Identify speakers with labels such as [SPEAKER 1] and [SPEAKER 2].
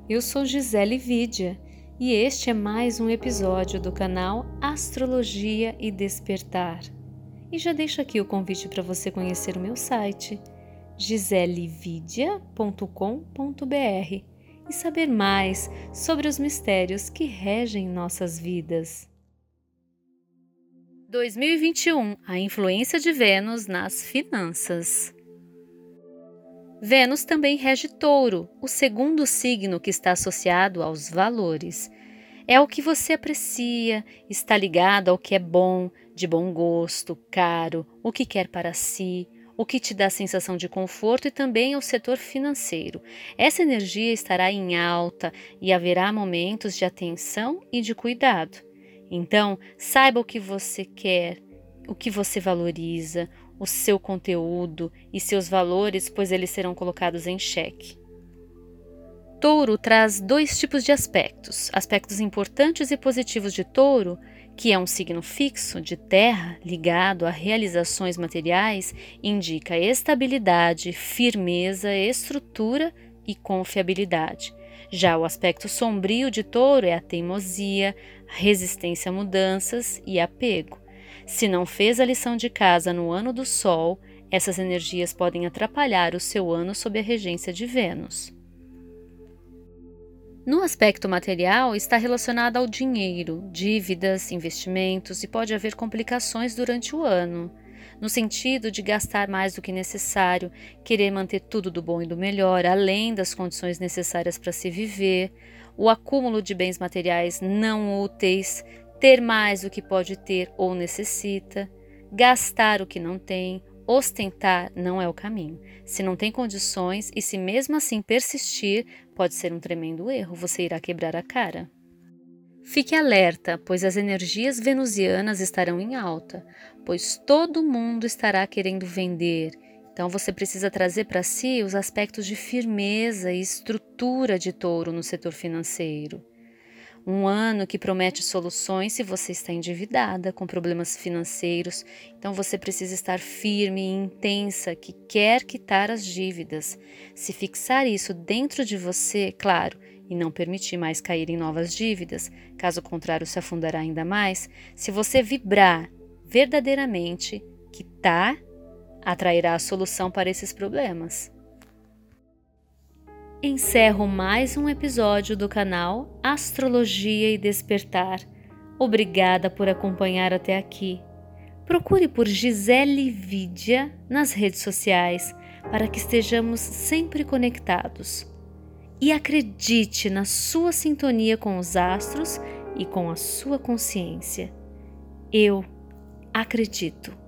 [SPEAKER 1] Eu sou Gisele Vidia e este é mais um episódio do canal Astrologia e Despertar. E já deixo aqui o convite para você conhecer o meu site giselevidia.com.br e saber mais sobre os mistérios que regem nossas vidas. 2021, a influência de Vênus nas finanças. Vênus também rege Touro, o segundo signo que está associado aos valores. É o que você aprecia, está ligado ao que é bom, de bom gosto, caro, o que quer para si, o que te dá sensação de conforto e também ao setor financeiro. Essa energia estará em alta e haverá momentos de atenção e de cuidado. Então, saiba o que você quer, o que você valoriza, o seu conteúdo e seus valores, pois eles serão colocados em xeque. Touro traz dois tipos de aspectos importantes e positivos de Touro, que é um signo fixo de terra ligado a realizações materiais, indica estabilidade, firmeza, estrutura e confiabilidade. Já o aspecto sombrio de Touro é a teimosia, resistência a mudanças e apego. Se não fez a lição de casa no ano do Sol, essas energias podem atrapalhar o seu ano sob a regência de Vênus. No aspecto material, está relacionado ao dinheiro, dívidas, investimentos e pode haver complicações durante o ano, no sentido de gastar mais do que necessário, querer manter tudo do bom e do melhor, além das condições necessárias para se viver, o acúmulo de bens materiais não úteis, ter mais do que pode ter ou necessita, gastar o que não tem, ostentar não é o caminho. Se não tem condições e se mesmo assim persistir, pode ser um tremendo erro, você irá quebrar a cara. Fique alerta, pois as energias venusianas estarão em alta, pois todo mundo estará querendo vender. Então você precisa trazer para si os aspectos de firmeza e estrutura de Touro no setor financeiro. Um ano que promete soluções se você está endividada, com problemas financeiros. Então você precisa estar firme e intensa que quer quitar as dívidas. Se fixar isso dentro de você, claro, e não permitir mais cair em novas dívidas, caso contrário se afundará ainda mais, se você vibrar verdadeiramente, quitar, atrairá a solução para esses problemas. Encerro mais um episódio do canal Astrologia e Despertar. Obrigada por acompanhar até aqui. Procure por Gisele Vidia nas redes sociais para que estejamos sempre conectados. E acredite na sua sintonia com os astros e com a sua consciência. Eu acredito.